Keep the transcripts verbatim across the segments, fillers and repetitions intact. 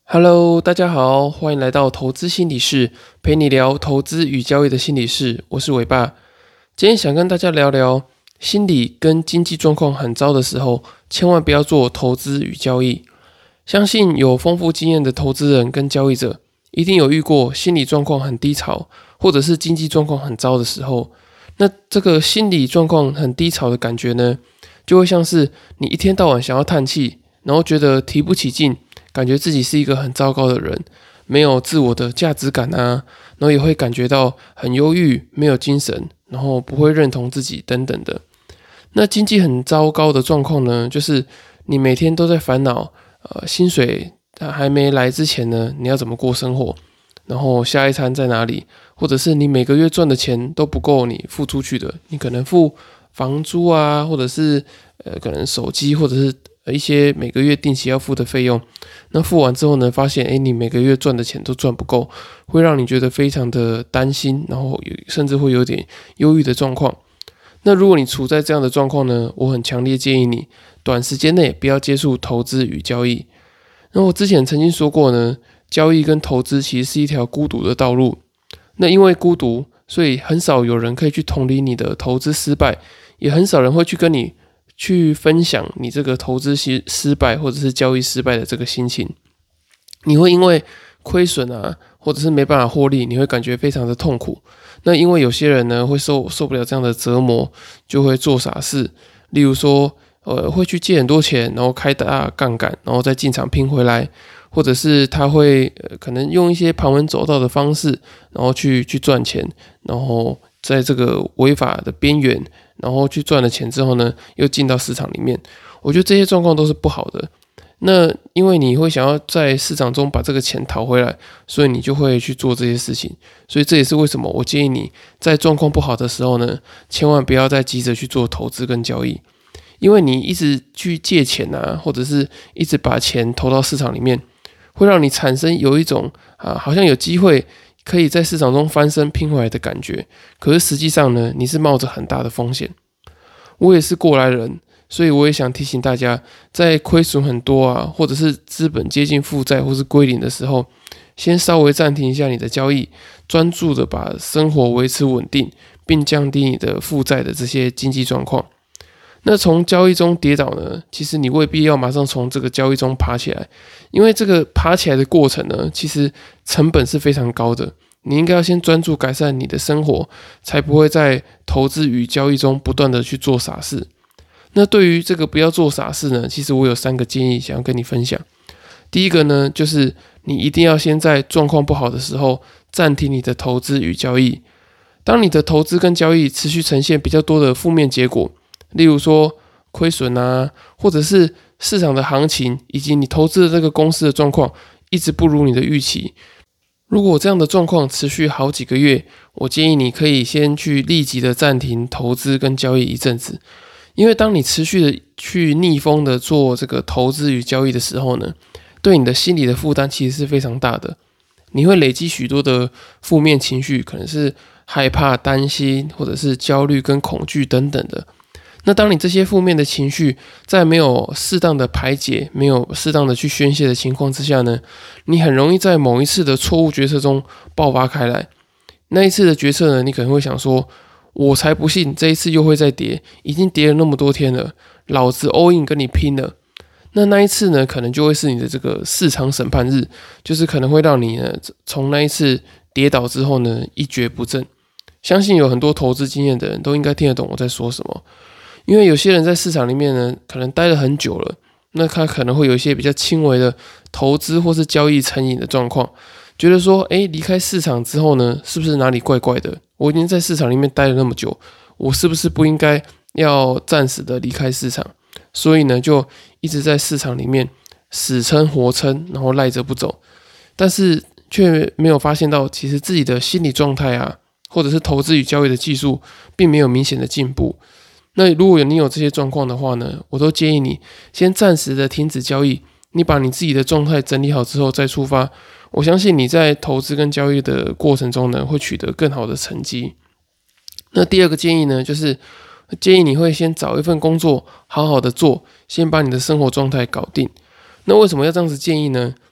Hello，大家好，欢迎来到投资心理室，陪你聊投资与交易的心理室。我是伟爸，今天想跟大家聊聊心理跟经济状况很糟的时候，千万不要做投资与交易。相信有丰富经验的投资人跟交易者，一定有遇过心理状况很低潮，或者是经济状况很糟的时候。那这个心理状况很低潮的感觉呢，就会像是你一天到晚想要叹气，然后觉得提不起劲，感觉自己是一个很糟糕的人，没有自我的价值感啊，然后也会感觉到很忧郁，没有精神，然后不会认同自己等等的。那经济很糟糕的状况呢，就是你每天都在烦恼，呃，薪水还没来之前呢，你要怎么过生活，然后下一餐在哪里，或者是你每个月赚的钱都不够你付出去的，你可能付房租啊，或者是呃可能手机，或者是一些每个月定期要付的费用，那付完之后呢，发现诶你每个月赚的钱都赚不够，会让你觉得非常的担心，然后甚至会有点忧郁的状况。那如果你处在这样的状况呢，我很强烈建议你短时间内不要接触投资与交易。那我之前曾经说过呢，交易跟投资其实是一条孤独的道路。那因为孤独，所以很少有人可以去同理你的投资失败，也很少人会去跟你去分享你这个投资失败或者是交易失败的这个心情。你会因为亏损啊，或者是没办法获利，你会感觉非常的痛苦。那因为有些人呢会受受不了这样的折磨，就会做傻事，例如说呃会去借很多钱，然后开大杠杆，然后再进场拼回来，或者是他会、呃、可能用一些旁门左道的方式，然后去去赚钱，然后在这个违法的边缘，然后去赚了钱之后呢，又进到市场里面。我觉得这些状况都是不好的。那因为你会想要在市场中把这个钱讨回来，所以你就会去做这些事情。所以这也是为什么我建议你在状况不好的时候呢，千万不要再急着去做投资跟交易。因为你一直去借钱啊，或者是一直把钱投到市场里面，会让你产生有一种啊，好像有机会可以在市场中翻身拼回来的感觉。可是实际上呢，你是冒着很大的风险。我也是过来人，所以我也想提醒大家，在亏损很多啊，或者是资本接近负债或是归零的时候，先稍微暂停一下你的交易，专注的把生活维持稳定，并降低你的负债的这些经济状况。那从交易中跌倒呢，其实你未必要马上从这个交易中爬起来，因为这个爬起来的过程呢，其实成本是非常高的。你应该要先专注改善你的生活，才不会在投资与交易中不断的去做傻事。那对于这个不要做傻事呢，其实我有三个建议想要跟你分享。第一个呢，就是你一定要先在状况不好的时候暂停你的投资与交易。当你的投资跟交易持续呈现比较多的负面结果，例如说亏损啊，或者是市场的行情以及你投资的这个公司的状况一直不如你的预期，如果这样的状况持续好几个月，我建议你可以先去立即的暂停投资跟交易一阵子。因为当你持续的去逆风的做这个投资与交易的时候呢，对你的心理的负担其实是非常大的。你会累积许多的负面情绪，可能是害怕、担心，或者是焦虑跟恐惧等等的。那当你这些负面的情绪在没有适当的排解，没有适当的去宣泄的情况之下呢，你很容易在某一次的错误决策中爆发开来。那一次的决策呢，你可能会想说，我才不信这一次又会再跌，已经跌了那么多天了，老子 all in 跟你拼了。那那一次呢，可能就会是你的这个市场审判日，就是可能会让你呢从那一次跌倒之后呢一蹶不振。相信有很多投资经验的人都应该听得懂我在说什么。因为有些人在市场里面呢，可能待了很久了，那他可能会有一些比较轻微的投资或是交易成瘾的状况，觉得说，诶，离开市场之后呢，是不是哪里怪怪的？我已经在市场里面待了那么久，我是不是不应该要暂时的离开市场？所以呢，就一直在市场里面死撑活撑，然后赖着不走，但是却没有发现到，其实自己的心理状态啊，或者是投资与交易的技术，并没有明显的进步。那如果你有这些状况的话呢，我都建议你先暂时的停止交易，你把你自己的状态整理好之后再出发。我相信你在投资跟交易的过程中呢，会取得更好的成绩。那第二个建议呢，就是建议你会先找一份工作好好的做，先把你的生活状态搞定。那为什么要这样子建议呢？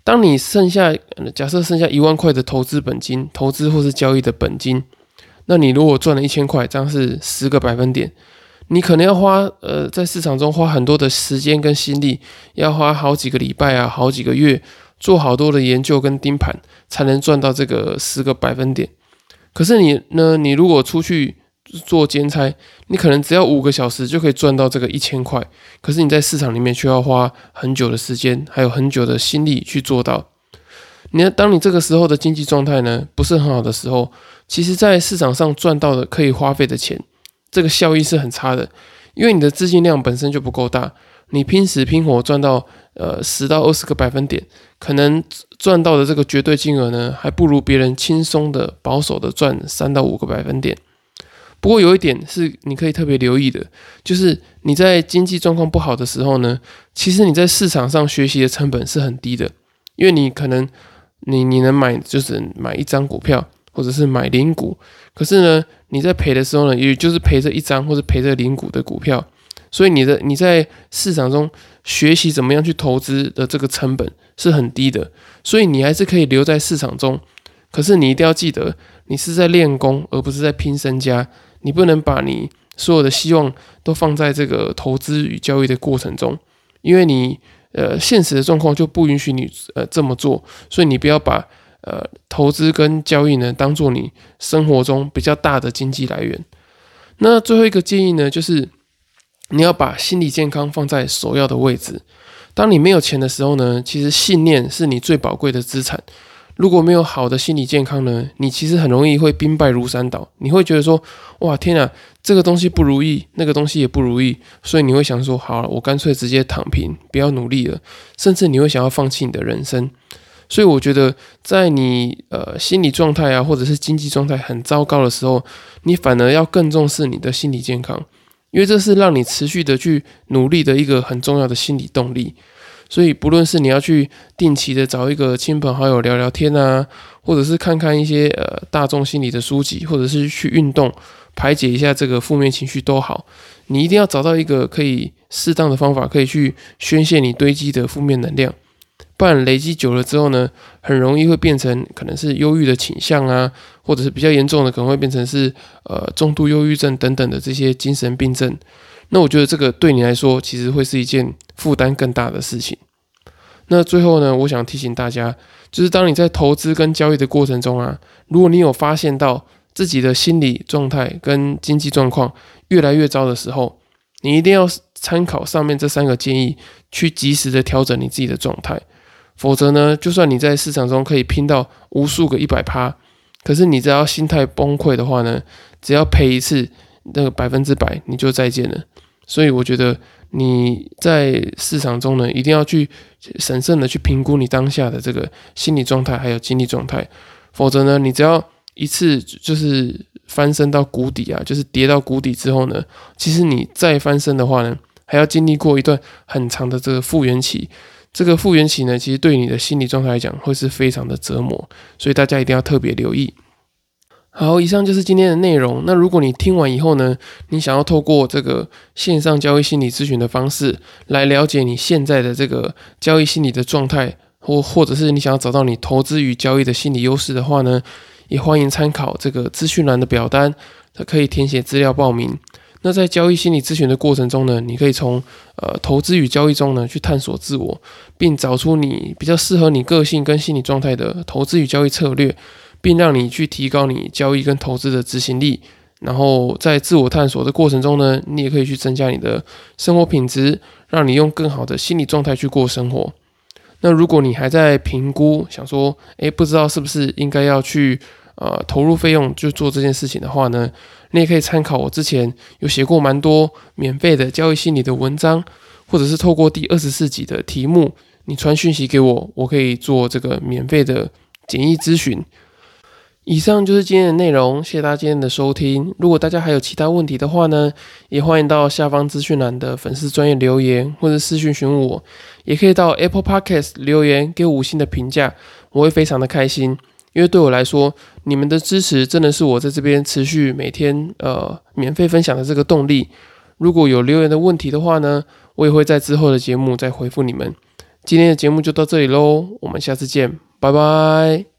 当你剩下假设剩下一万块的投资本金，投资或是交易的本金，那你如果赚了一千块，这样是十个百分点。你可能要花呃在市场中花很多的时间跟心力，要花好几个礼拜啊，好几个月，做好多的研究跟盯盘，才能赚到这个十个百分点。可是你呢，你如果出去做兼差，你可能只要五个小时就可以赚到这个一千块，可是你在市场里面却要花很久的时间，还有很久的心力去做到。你当你这个时候的经济状态呢不是很好的时候，其实在市场上赚到的可以花费的钱，这个效益是很差的，因为你的资金量本身就不够大，你拼死拼活赚到呃十到二十个百分点，可能赚到的这个绝对金额呢，还不如别人轻松的保守的赚三到五个百分点。不过有一点是你可以特别留意的，就是你在经济状况不好的时候呢，其实你在市场上学习的成本是很低的，因为你可能你你能买就是买一张股票，或者是买零股，可是呢你在赔的时候呢，也就是赔这一张或者赔这零股的股票，所以你的你在市场中学习怎么样去投资的这个成本是很低的，所以你还是可以留在市场中。可是你一定要记得，你是在练功，而不是在拼身家。你不能把你所有的希望都放在这个投资与交易的过程中，因为你呃现实的状况就不允许你呃这么做，所以你不要把呃投资跟交易呢当做你生活中比较大的经济来源。那最后一个建议呢，就是你要把心理健康放在首要的位置。当你没有钱的时候呢，其实信念是你最宝贵的资产。如果没有好的心理健康呢，你其实很容易会兵败如山倒。你会觉得说，哇天啊，这个东西不如意，那个东西也不如意，所以你会想说，好了，我干脆直接躺平，不要努力了，甚至你会想要放弃你的人生。所以我觉得，在你呃心理状态啊，或者是经济状态很糟糕的时候，你反而要更重视你的心理健康，因为这是让你持续的去努力的一个很重要的心理动力。所以不论是你要去定期的找一个亲朋好友聊聊天啊，或者是看看一些呃大众心理的书籍，或者是去运动排解一下这个负面情绪都好，你一定要找到一个可以适当的方法，可以去宣泄你堆积的负面能量。不然累积久了之后呢，很容易会变成可能是忧郁的倾向啊，或者是比较严重的可能会变成是呃重度忧郁症等等的这些精神病症。那我觉得这个对你来说其实会是一件负担更大的事情。那最后呢，我想提醒大家，就是当你在投资跟交易的过程中啊，如果你有发现到自己的心理状态跟经济状况越来越糟的时候，你一定要参考上面这三个建议，去及时的调整你自己的状态。否则呢，就算你在市场中可以拼到无数个 百分之百， 可是你只要心态崩溃的话呢，只要赔一次那个百分之百你就再见了。所以我觉得你在市场中呢，一定要去审慎的去评估你当下的这个心理状态还有经济状态，否则呢，你只要一次就是翻身到谷底啊，就是跌到谷底之后呢，其实你再翻身的话呢，还要经历过一段很长的这个复原期。这个复原期呢，其实对你的心理状态来讲会是非常的折磨，所以大家一定要特别留意。好，以上就是今天的内容。那如果你听完以后呢，你想要透过这个线上交易心理咨询的方式来了解你现在的这个交易心理的状态，或或者是你想要找到你投资与交易的心理优势的话呢，也欢迎参考这个资讯栏的表单，可以填写资料报名。那在交易心理咨询的过程中呢，你可以从呃投资与交易中呢去探索自我，并找出你比较适合你个性跟心理状态的投资与交易策略，并让你去提高你交易跟投资的执行力。然后在自我探索的过程中呢，你也可以去增加你的生活品质，让你用更好的心理状态去过生活。那如果你还在评估，想说诶不知道是不是应该要去呃投入费用就做这件事情的话呢，你也可以参考我之前有写过蛮多免费的交易心理的文章，或者是透过第二十四集的题目，你传讯息给我，我可以做这个免费的简易咨询。以上就是今天的内容，谢谢大家今天的收听。如果大家还有其他问题的话呢，也欢迎到下方资讯栏的粉丝专页留言，或者私讯询问我，也可以到 Apple Podcast 留言给我五星的评价，我会非常的开心。因为对我来说，你们的支持真的是我在这边持续每天呃免费分享的这个动力。如果有留言的问题的话呢，我也会在之后的节目再回复你们。 今天的节目就到这里喽，我们下次见，拜拜。